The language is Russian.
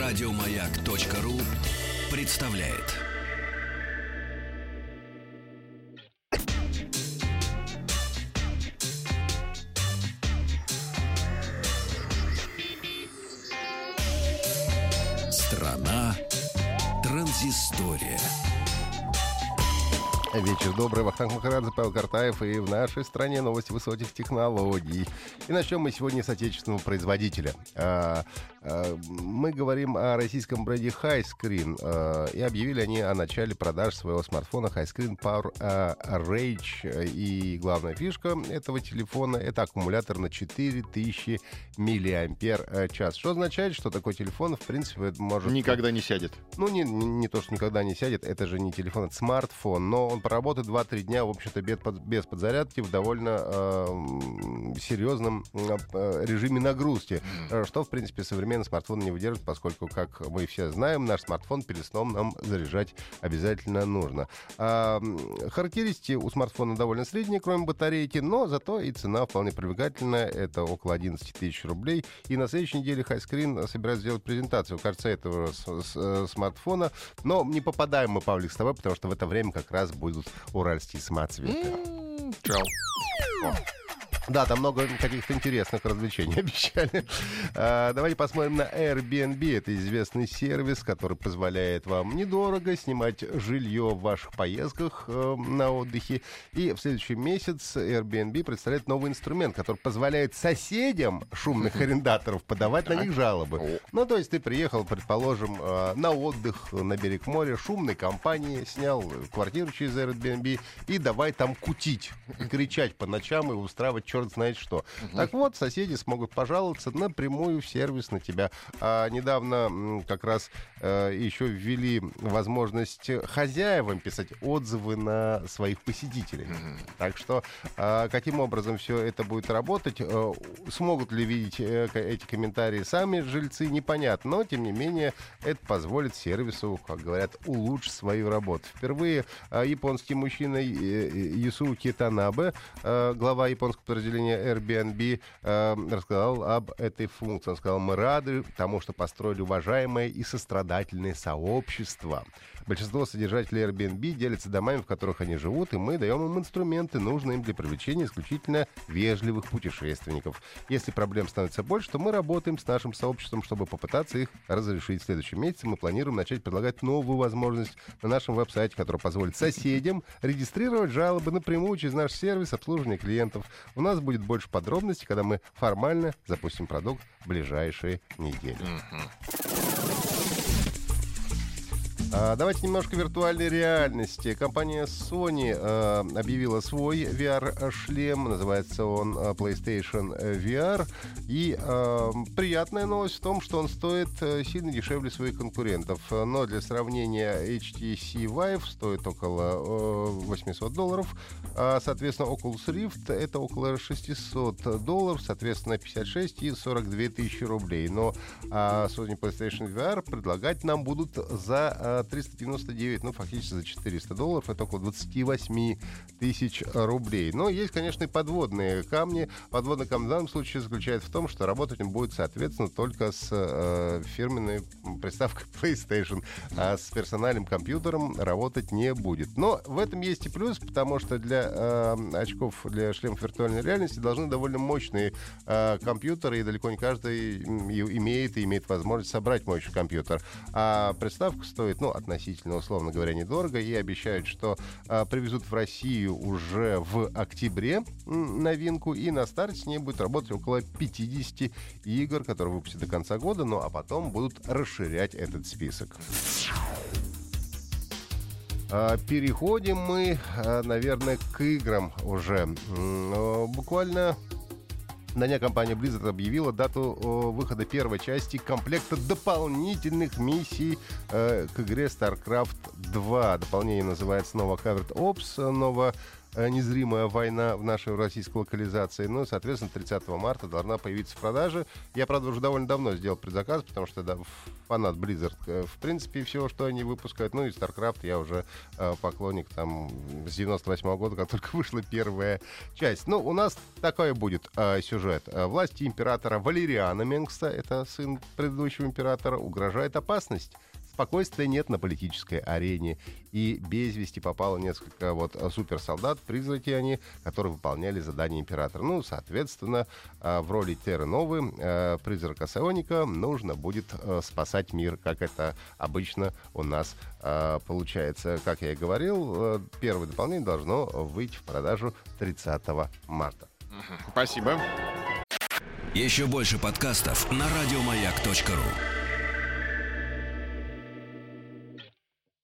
Радиомаяк.ру представляет. Страна транзистория. Вечер добрый, Вахтанг Махарадзе, Павел Картаев, и в нашей стране новости высоких технологий. И начнем мы сегодня с отечественного производителя. Мы говорим о российском бренде HiScreen, и объявили они о начале продаж своего смартфона HiScreen Power Rage. И главная фишка этого телефона — это аккумулятор на 4000 мАч. Что означает, что такой телефон, в принципе, может... Никогда не сядет. Ну, не то, что никогда не сядет, это же не телефон, это смартфон, но он поработает 2-3 дня, в общем-то, без подзарядки, в довольно серьезном режиме нагрузки, что, в принципе, современный смартфон не выдержит, поскольку, как мы все знаем, наш смартфон перед сном нам заряжать обязательно нужно. Характеристики у смартфона довольно средние, кроме батарейки, но зато и цена вполне привлекательная, это около 11 тысяч рублей, и на следующей неделе HiScreen собирается сделать презентацию, кажется, этого смартфона, но не попадаем мы, Павлик, с тобой, потому что в это время как раз будут уральские самоцветы. Чао. Да, там много каких-то интересных развлечений обещали. Давайте посмотрим на Airbnb. Это известный сервис, который позволяет вам недорого снимать жилье в ваших поездках на отдыхе. И в следующий месяц Airbnb представляет новый инструмент, который позволяет соседям шумных арендаторов подавать на них жалобы. Ну, то есть ты приехал, предположим, на отдых на берег моря, шумной компании, снял квартиру через Airbnb и давай там кутить, кричать по ночам и устраивать черт знает что. Так вот, соседи смогут пожаловаться напрямую в сервис на тебя. Недавно как раз еще ввели возможность хозяевам писать отзывы на своих посетителей. Так что каким образом все это будет работать, смогут ли видеть эти комментарии сами жильцы, непонятно. Но, тем не менее, это позволит сервису, как говорят, улучшить свою работу. Впервые японский мужчина Юсуки Танабе, глава японского подразделения Airbnb, рассказал об этой функции. Он сказал: мы рады тому, что построили уважаемое и сострадательное сообщество. Большинство содержателей Airbnb делятся домами, в которых они живут, и мы даем им инструменты, нужные им для привлечения исключительно вежливых путешественников. Если проблем становится больше, то мы работаем с нашим сообществом, чтобы попытаться их разрешить. В следующем месяце мы планируем начать предлагать новую возможность на нашем веб-сайте, которая позволит соседям регистрировать жалобы напрямую через наш сервис обслуживания клиентов. У нас будет больше подробностей, когда мы формально запустим продукт в ближайшие недели. Давайте немножко виртуальной реальности. Компания Sony объявила свой VR-шлем. Называется он PlayStation VR. И приятная новость в том, что он стоит сильно дешевле своих конкурентов. Но для сравнения, HTC Vive стоит около $800. Соответственно, Oculus Rift — это около $600. Соответственно, 56 и 42 тысячи рублей. Но Sony PlayStation VR предлагать нам будут за 399, ну, фактически за $400, это около 28 тысяч рублей. Но есть, конечно, и подводные камни. Подводный камень в данном случае заключается в том, что работать он будет, соответственно, только с фирменной приставкой PlayStation, а с персональным компьютером работать не будет. Но в этом есть и плюс, потому что для очков, для шлемов виртуальной реальности должны довольно мощные компьютеры, и далеко не каждый имеет возможность собрать мощный компьютер. А приставка стоит, относительно, условно говоря, недорого, и обещают, что привезут в Россию уже в октябре новинку, и на старте с ней будет работать около 50 игр, которые выпустят до конца года, ну а потом будут расширять этот список. Переходим мы, наверное, к играм уже. Буквально на днях компания Blizzard объявила дату выхода первой части комплекта дополнительных миссий к игре StarCraft 2. Дополнение называется Nova Covert Ops, Nova «Незримая война» в нашей российской локализации. Ну, соответственно, 30 марта должна появиться в продаже. Я, правда, уже довольно давно сделал предзаказ, потому что фанат Blizzard, в принципе, всего, что они выпускают. Ну, и StarCraft я уже поклонник там с 98 года, как только вышла первая часть. Ну, у нас такой будет сюжет. Власти императора Валериана Менгста, это сын предыдущего императора, угрожает опасность. Спокойствия нет на политической арене. И без вести попало несколько суперсолдат, призраки они, которые выполняли задания императора. Ну, соответственно, в роли Терры Новы, призрака Сионика, нужно будет спасать мир, как это обычно у нас получается. Как я и говорил, первое дополнение должно выйти в продажу 30 марта. Спасибо. Еще больше подкастов на радиомаяк.ру.